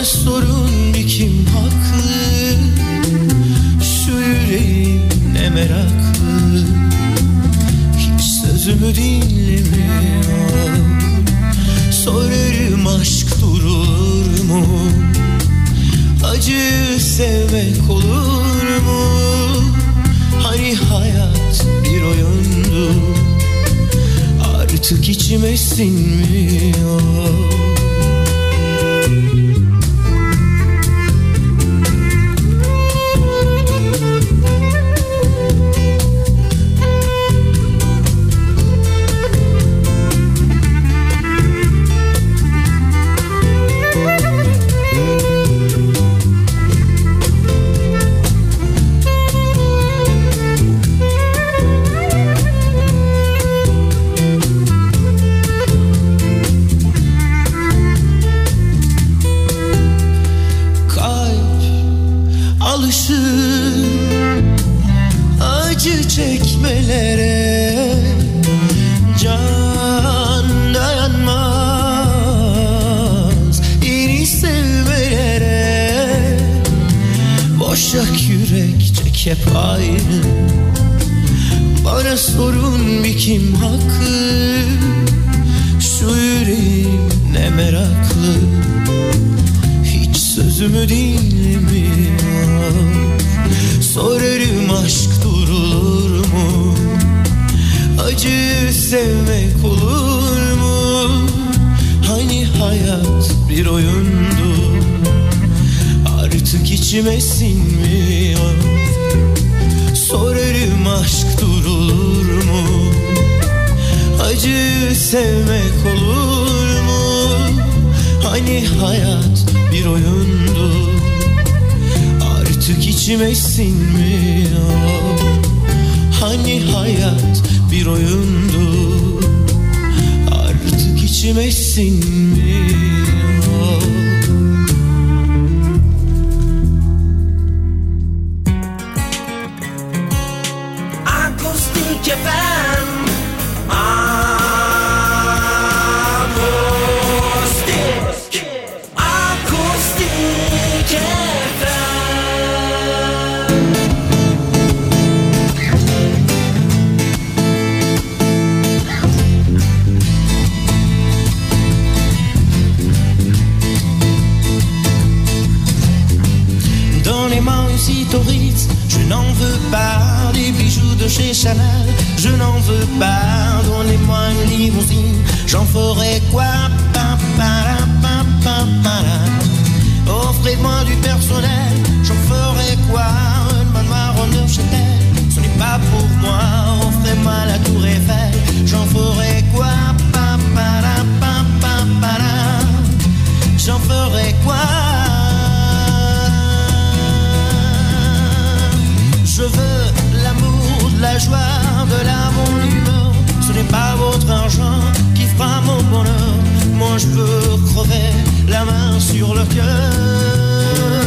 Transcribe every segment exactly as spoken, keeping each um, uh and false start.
Bana sorun bir kim haklı, şu yüreğim ne meraklı, hiç sözümü dinlemiyor. Sorarım aşk durur mu, acı sevmek olur mu? Hani hayat bir oyundu, artık içime sinmiyor. Acı çekmelere can dayanmaz, yeni sevmelere. Boşak yürek çek hep aynı, bana sorun bir kim haklı, şu yüreğim ne meraklı, hiç sözümü dinlemiyor. Sorarım aşk durur mu, acı sevmek olur mu? Hani hayat bir oyundu, artık içime sinmiyor. Sorarım aşk durur mu, acı sevmek olur mu? Hani hayat bir oyundu, artık içime sinmiyor. Hani hayat bir oyundu, artık içime sinmiyor. Akustik F M, Akustik, Akustik F M. Ritz, je n'en veux pas des bijoux de chez Chanel, je n'en veux pas. Donnez-moi une limousine, j'en ferai quoi? Pa, pa, pa, pa, pa, offrez-moi du personnel, j'en ferai quoi? Une manoir en Neuchâtel, ce n'est pas pour moi. Offrez-moi la tour Eiffel, j'en ferai quoi? Pa, pa, pa, pa, pa, j'en ferai quoi? Je veux l'amour, de la joie, de la bonne humeur. Ce n'est pas votre argent qui fera mon bonheur. Moi je veux crever la main sur le cœur.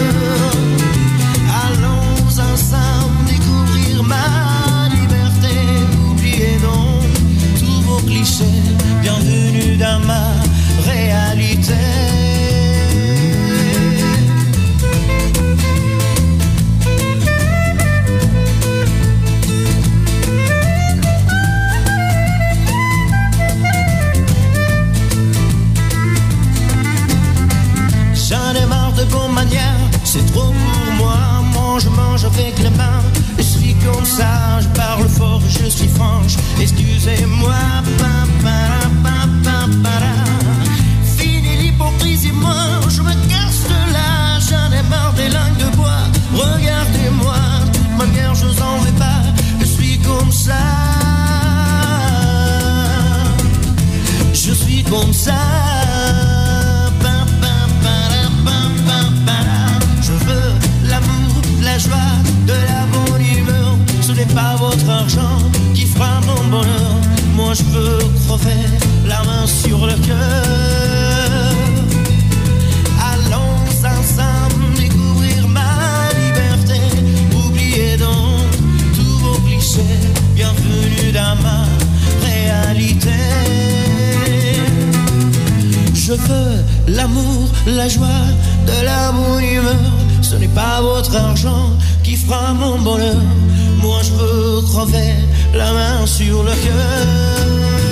Allons ensemble découvrir ma liberté. Oubliez donc tous vos clichés. Bienvenue dans ma réalité. C'est trop pour moi, moi je mange avec les mains. Je suis comme ça, je parle fort, je suis franche. Excusez-moi, pa, pa, pa, pa, pa, fini l'hypocrisie, moi je me casse de là. J'en ai marre des langues de bois. Regardez-moi, de toute manière je vous en veux pas. Je suis comme ça, je suis comme ça. La joie, de la bonne humeur. Ce n'est pas votre argent qui fera mon bonheur. Moi je veux crever la main sur le cœur. Allons ensemble découvrir ma liberté. Oubliez donc tous vos clichés. Bienvenue dans ma réalité. Je veux l'amour, la joie, de la bonne humeur. Ce n'est pas votre argent qui fera mon bonheur. Moi je peux crever la main sur le cœur.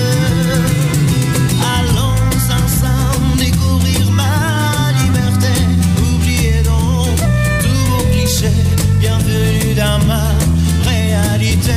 Allons ensemble découvrir ma liberté. Oubliez donc tous vos clichés. Bienvenue dans ma réalité.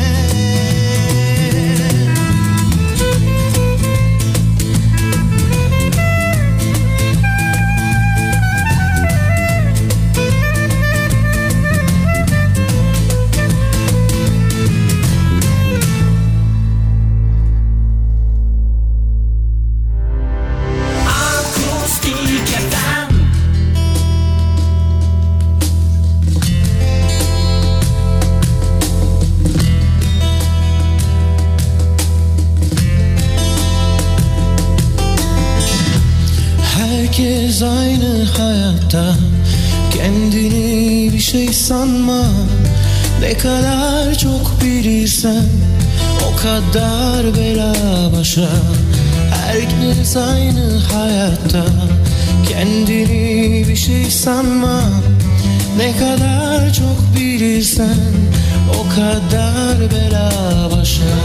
Herkes aynı hayatta, kendini bir şey sanma. Ne kadar çok bilirsen o kadar bela başa. Herkes aynı hayatta, kendini bir şey sanma. Ne kadar çok bilirsen o kadar bela başa.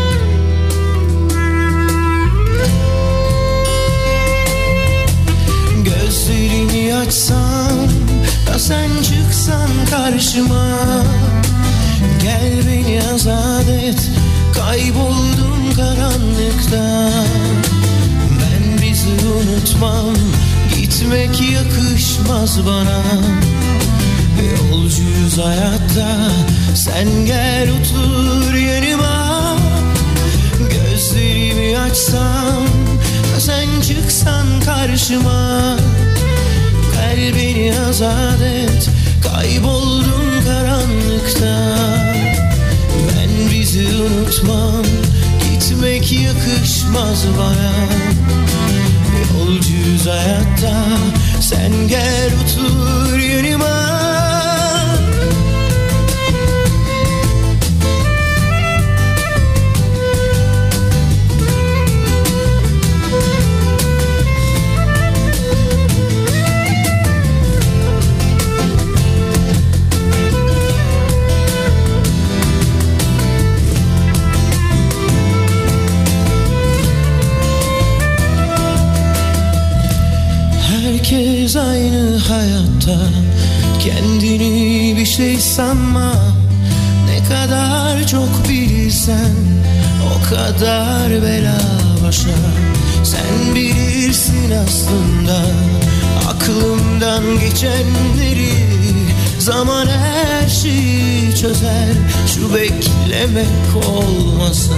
Gözlerimi açsam da sen çıksan karşıma. Gel beni azat et, kayboldum karanlıkta. Ben bizi unutmam, gitmek yakışmaz bana. Yolcuyuz hayatta, sen gel otur yanıma. Gözlerimi açsam da sen çıksan karşıma. Gel beni azat et, kayboldum karanlıkta. Ben bizi unutmam, gitmek yakışmaz bana. Yolcuyuz hayatta, sen gel otur yanıma. Herkes aynı hayatta, kendini bir şey sanma. Ne kadar çok bilirsen o kadar bela başa. Sen bilirsin aslında aklımdan geçenleri. Zaman her şeyi çözer, şu beklemek olmasa.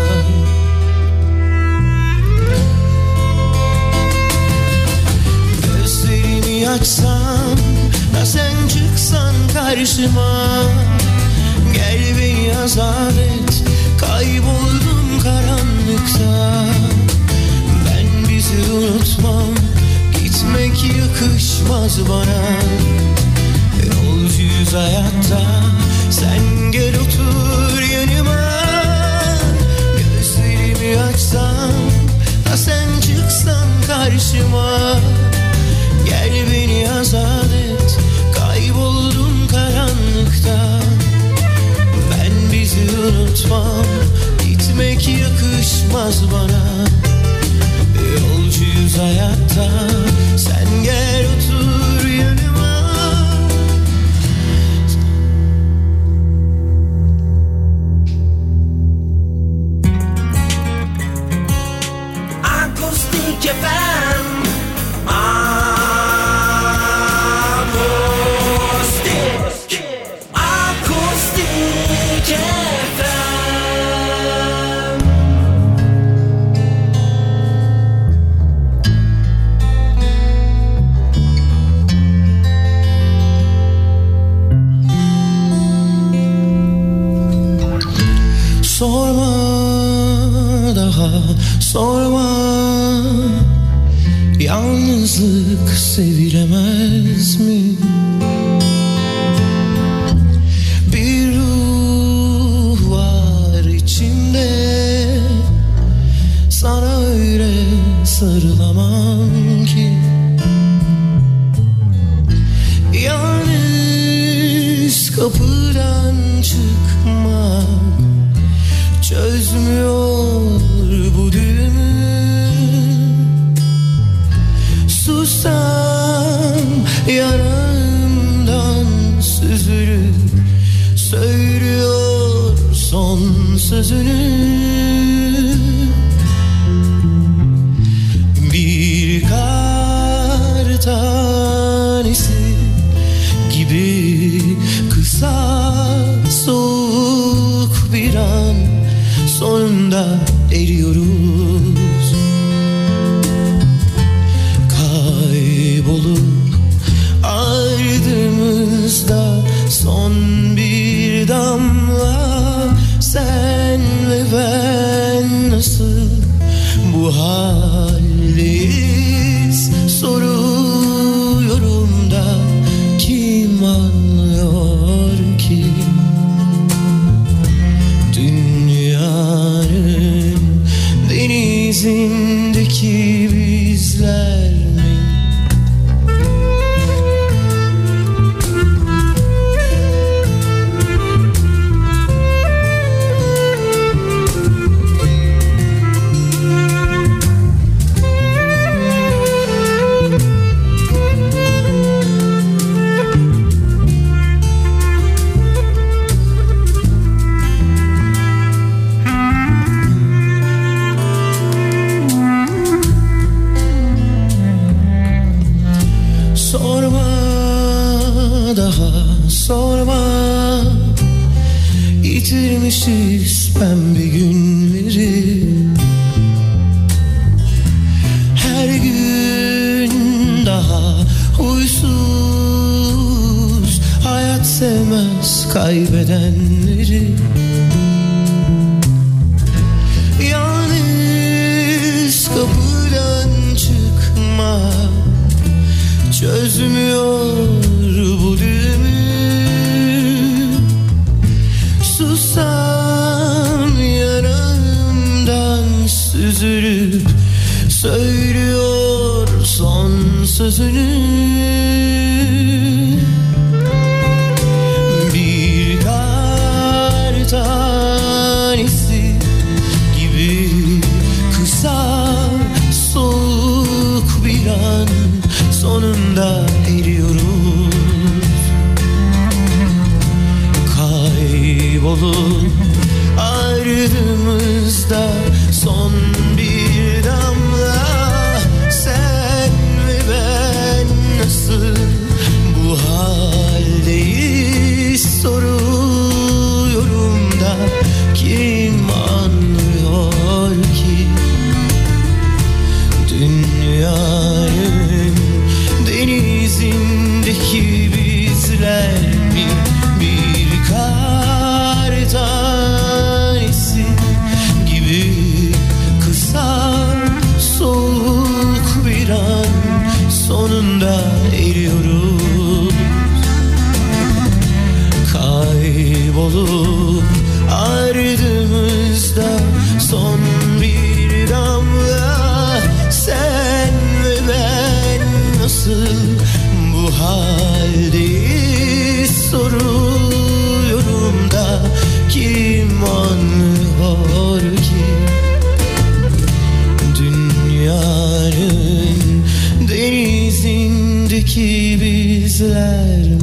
Açsam da sen çıksan karşıma. Gel beni azat et, kayboldum karanlıkta. Ben bizi unutmam, gitmek yakışmaz bana. Yolcuyuz hayatta, sen gel otur yanıma. Gözlerimi açsam da sen çıksan karşıma. Gel beni azat et, kayboldum karanlıkta. Ben bizi unutmam, gitmek yakışmaz bana. Yolcuyuz hayatta, sen gel otur yanıma. Akustik F M. Sorma daha, sorma. Yalnızlık sevilemez mi? Bir ruh var içimde, sana öyle sarılamam ki. kapıdan çıkmak çözmüyor bu düğümü. Sussam yaramdan süzülüp söylüyor son sözünü. Bir kar tanesi gibi kısa soğuk bir an, sonunda eriyoruz. Kaybolup ardımızda son bir damla, sen ve ben nasıl bu haldeyiz soruyorum da kim anlıyor ki? Dünyanın denizindeki bizler mi? Sorma, yitirmişiz pembe günleri. Her gün daha huysuz, hayat sevmez kaybedenleri. Yalnız kapıdan çıkmak çözmüyor bu düğümü. Sussam yaramdan süzülüp söylüyor son sözünü. Bir kar tanesi gibi kısa soğuk bir an, sonunda eriyoruz. Kaybolup ardımızda son bir damla, sen ve ben nasıl bu haldeyiz soruyorum da kim anlıyor ki? Dünyanın denizindeki bizler mi? Bir kar tanesi gibi kısa soğuk bir an, sonunda eriyoruz. Kaybolup ardımızda son bir damla, sen ve ben nasıl bu haldeyiz soruyorum da kim anlıyor ki? Dünyanın denizindeki bizler mi?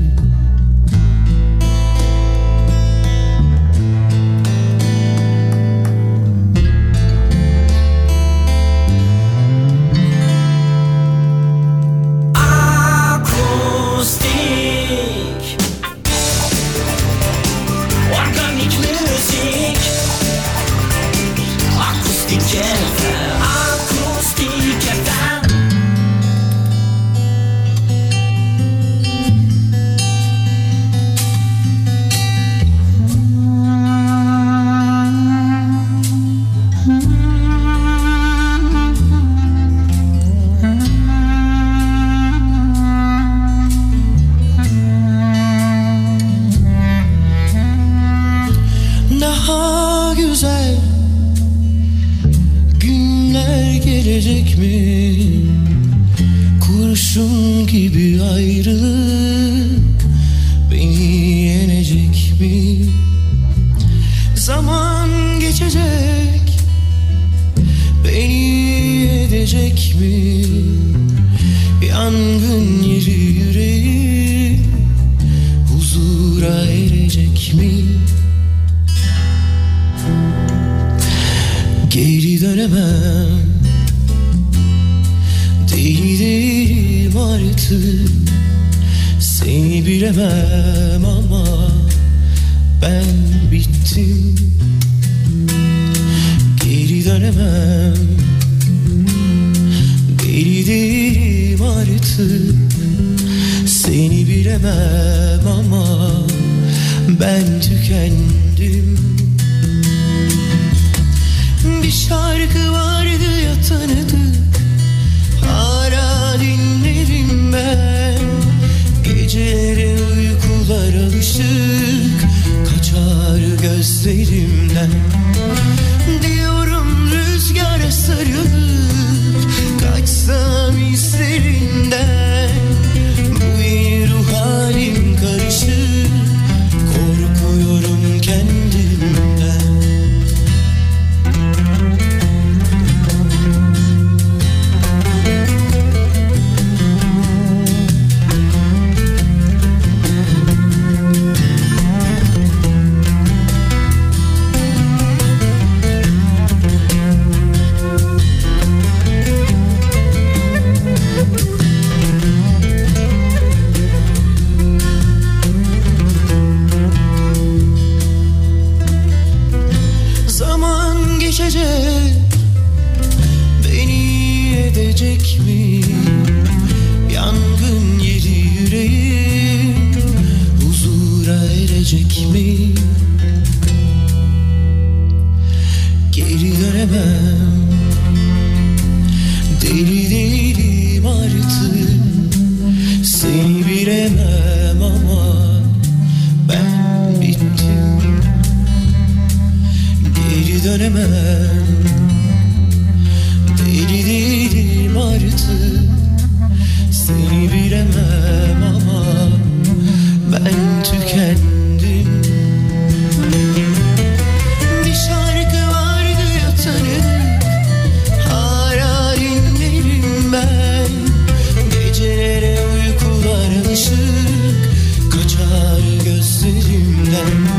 Gelecek mi? Kurşun gibi ayrılık beni yenecek mi? Zaman geçecek, beni edecek mi? Yangın yeri yüreği huzura erecek mi? Geri dönemem, deli değilim artık. Seni bilemem ama ben bittim. Geri dönemem, deli değilim artık. Seni bilemem ama ben tükendim. Bir şarkı vardı ya tanıdık, hala dinlerim ben. Geceleri uykular alışık, kaçar gözlerimden. Diyorum rüzgara sarılıp kaçsam hislerinden. Bu yeni ruh halim karışık, korkuyorum kendimden. Beni edecek mi? Yangın yeri yüreğim huzura erecek mi? Geri dönemem, deli değilim artık. Seni bilemem ama ben bittim. Geri dönemem, deli değilim artık. Seni bilemem ama ben tükendim. Bir şarkı vardı ya tanıdık, hala dinlerim ben. Gecelere uykular alışık, kaçar gözlerimden.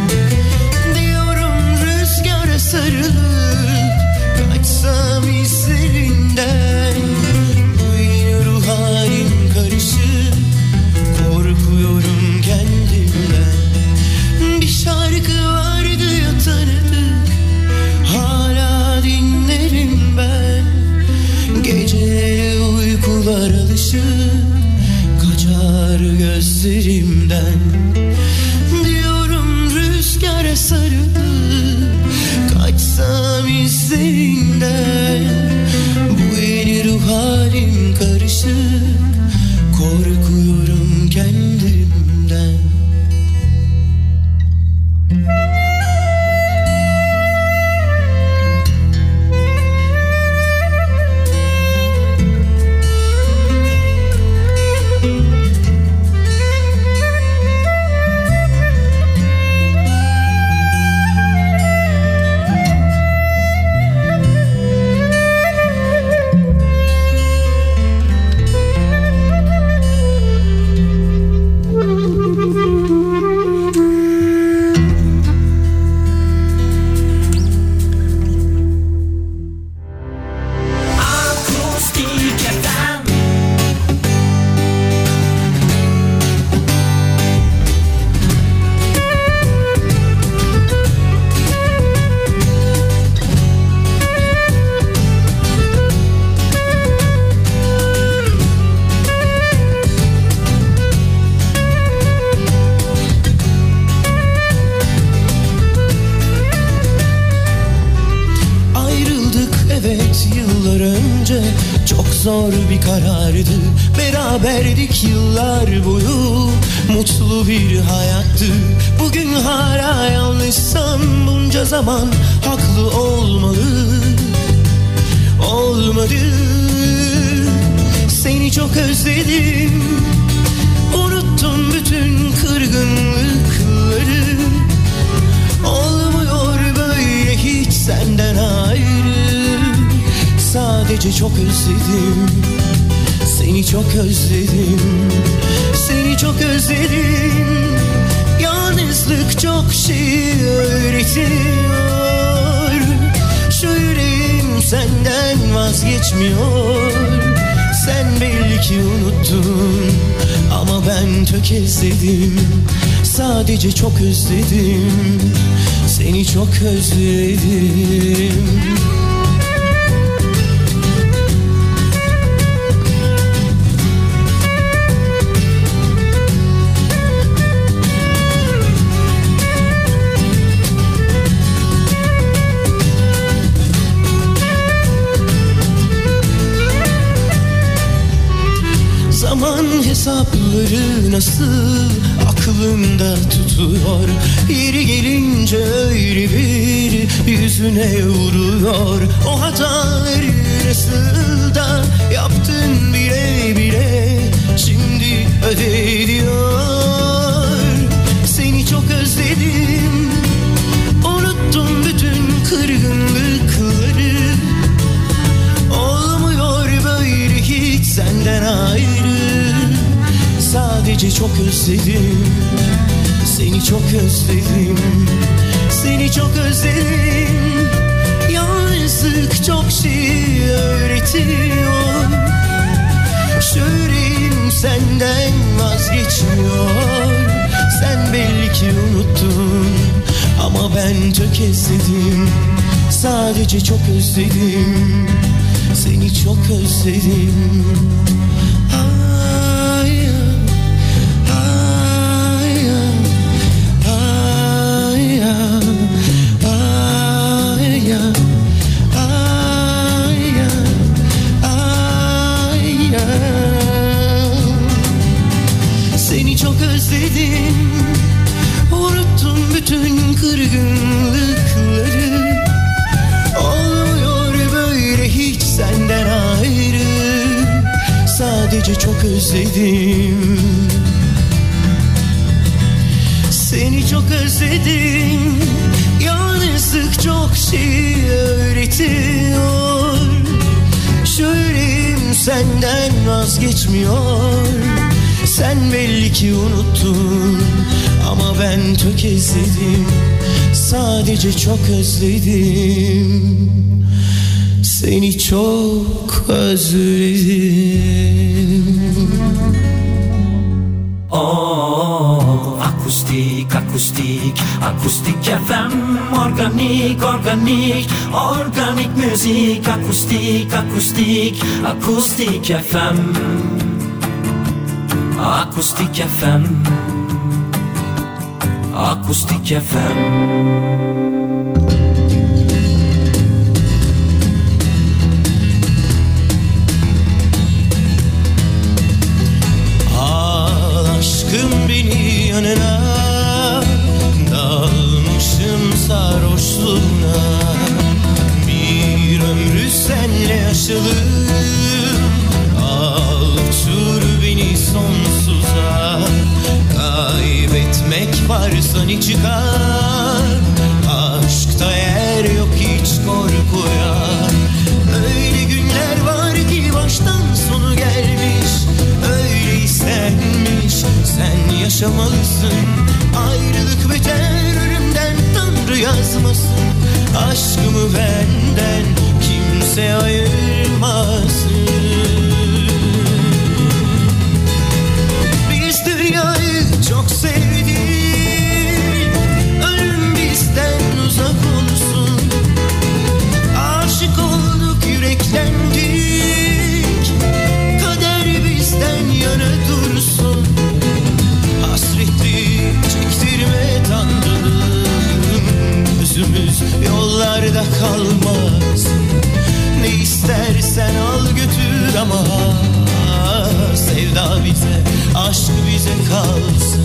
Sarılıp kaçsam hislerinden. Bu yeni ruh halim karışık, korkuyorum kendimden. Bir şarkı vardı ya tanıdık, hala dinlerim ben. Gece uykular alışık, kaçar gözlerimden. Diyorum rüzgara sarılıp kaçsam izlerinden. Bu yeni ruh halim karışık, korkuyorum kendimden. Zor bir karardı, beraberdik yıllar boyu, mutlu bir hayattı. Bugün hala yanlışsam bunca zaman haklı olmalı. Olmadı, seni çok özledim. Unuttum bütün kırgınlıkları. Sadece çok özledim, seni çok özledim, seni çok özledim. Yalnızlık çok şey öğretiyor. Şu yüreğim senden vazgeçmiyor. Sen belki unuttun ama ben tökezledim. Sadece çok özledim, seni çok özledim. Zaman hesapları nasıl aklımda tutuyor. Yeri gelince öyle bir yüzüne vuruyor. O hataları nasıl da yaptın bile bile, şimdi öde ediyor. Seni çok özledim, unuttum bütün kırgınlıkları. Olmuyor böyle hiç senden ayrı. Sadece çok özledim, seni çok özledim, seni çok özledim. Yalnızlık çok şey öğretiyor. Şu yüreğim senden vazgeçmiyor. Sen belki unuttun ama ben tökezledim. Sadece çok özledim, seni çok özledim. Seni çok özledim, unuttum bütün kırgınlıkları. Olmuyor böyle hiç senden ayrı. Sadece çok özledim, seni çok özledim. Yalnızlık çok şey öğretiyor. Şu yüreğim senden vazgeçmiyor. Sen belli ki unuttun ama ben tökezledim. Sadece çok özledim, seni çok özledim. Oh, akustik, akustik, akustik F M. Organik, organik, organik müzik. Akustik, akustik, akustik F M. Akustik F M. Akustik F M. Beni yanına, dalmışım sarhoşluğuna. Bir ömrü senle yaşadım, al uçur beni sonsuza. Kaybetmek varsa ne çıkar, aşkta yer yok hiç korkuya. Öyle günler var ki baştan sonu gelmiş, öyle istenmiş. Sen yaşamalısın, ayrılık beter ölümden, Tanrı yazmasın. Aşkımı benden kimse ayırmasın. Biz dünyayı çok sevdik, ölüm bizden uzak olsun. Aşık olduk, yüreklendik, kader bizden yana dursun. Hasreti çektirme Tanrım, gözümüz yollarda kalmaz. Ne istersen al götür ama sevda bize, aşk bize kalsın.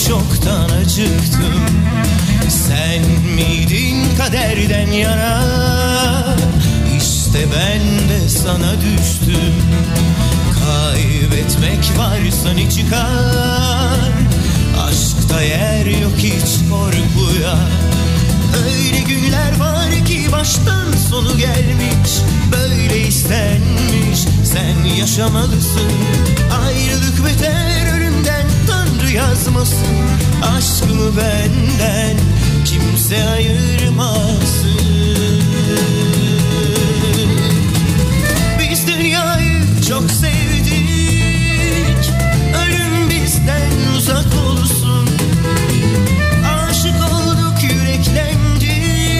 çoktan acıktım. Sen miydin kaderden yana? İşte ben de sana düştüm. Kaybetmek varsa ne çıkar? Aşkta yer yok hiç korkuya. Öyle günler var ki baştan sonu gelmiş, böyle istenmiş, sen yaşamalısın. Ayrılık beter ölümden, Tanrı yazmasın. Aşkımı benden kimse ayırmasın. Biz dünyayı çok sevdik, ölüm bizden uzak olsun. Aşık olduk, yüreklendik,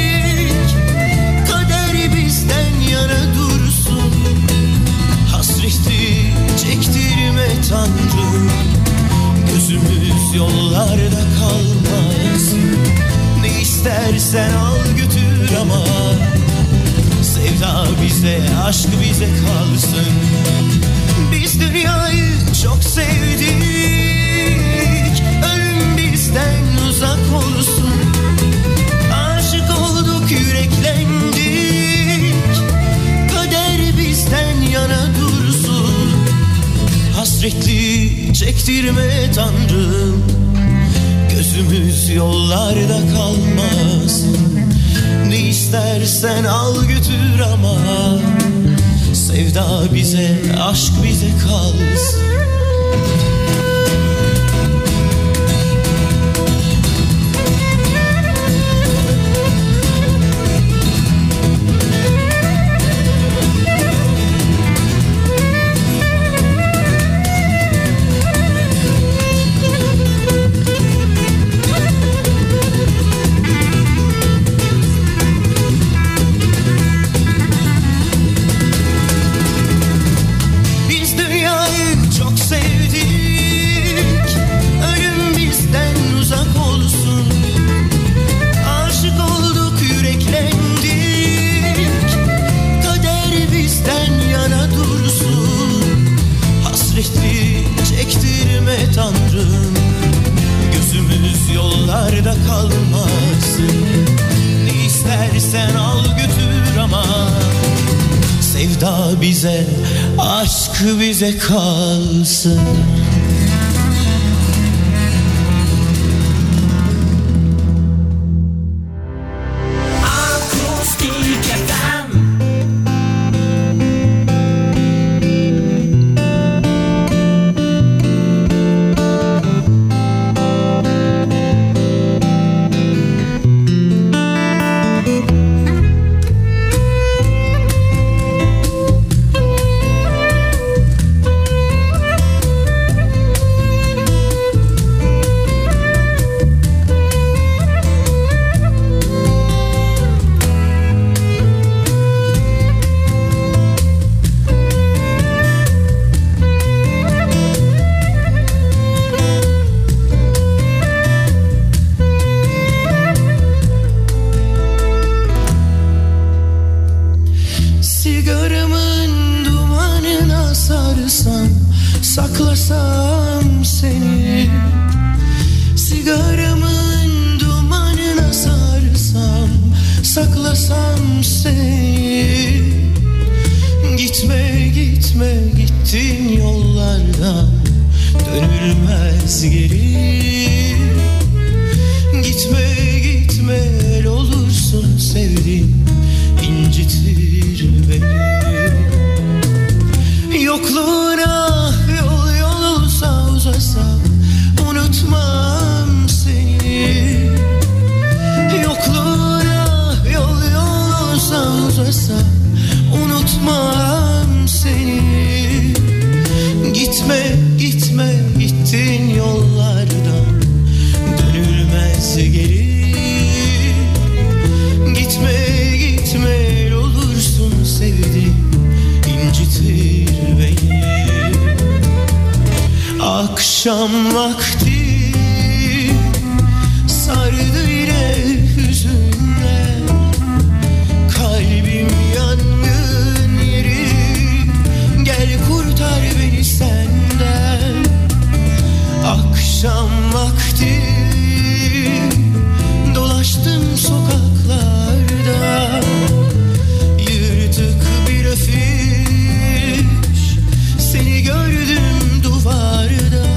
kader bizden yana dursun. Hasreti çektirme Tanrım, gözümüz yollarda kalmasın. Ne istersen al götür ama sevda bize, aşk bize kalsın. Biz dünyayı çok sevdik, ölüm bizden uzak olsun. Aşık olduk, yüreklendik, kader bizden yana dursun. Hasretli çektirme Tanrım, gözümüz yollarda kalmasın. Ne istersen al götür ama sevda bize, aşk bize kalsın. Tanrım, gözümüz yollarda kalmasın. Ne istersen al götür ama sevda bize, aşk bize kalsın. Saklasam seni, sigaramın dumanına sarsam, saklasam seni. Gitme gitme gittin yollardan, dönülmez geri. Gitme gitme el olursun sevdim, incitir beni. Yokluğuna yol yol olsa uzasa, unutmam seni. Yokluğuna yol yol olsa uzasa, unutmam seni. Gitme gitme gittin yollardan, dönülmez geri. Gitme gitme el olursun sevdim, incitir beni. Akşam vakti sardı yine hüzünler, kalbim yangın yeri. Gel kurtar beni senden. Akşam Akşam vakti dolaştım sokaklarda, yırtık bir afiş, seni gördüm duvarda.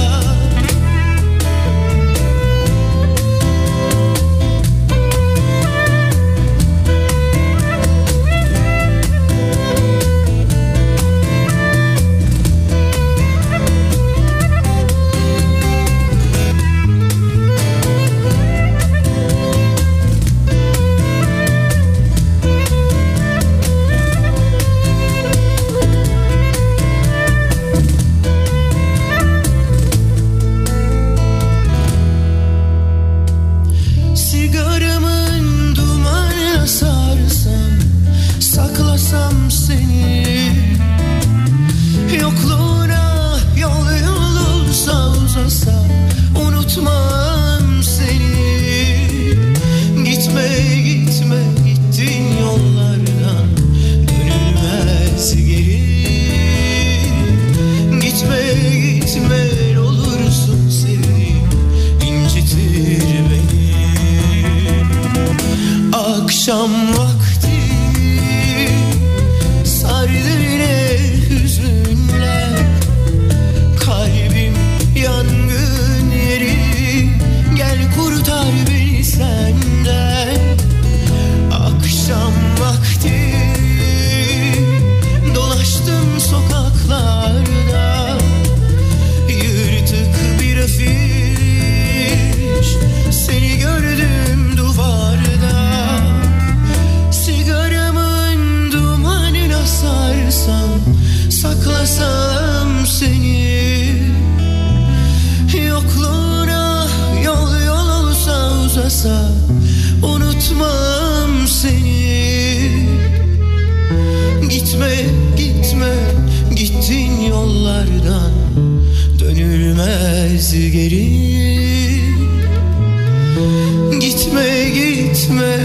Akşam vakti sardı yine hüzünler, kalbim yangın yeri, gel kurtar beni senden. Akşam vakti dolaştım sokaklarda, yırtık bir afiş, seni gördüm duvarda. Sigaramın dumanına sarsam, saklasam seni, yokluğuna yol yol olsa uzasa, unutmam seni. Gitme gitme gittin yollardan, dönülmez geri. Gitme gitme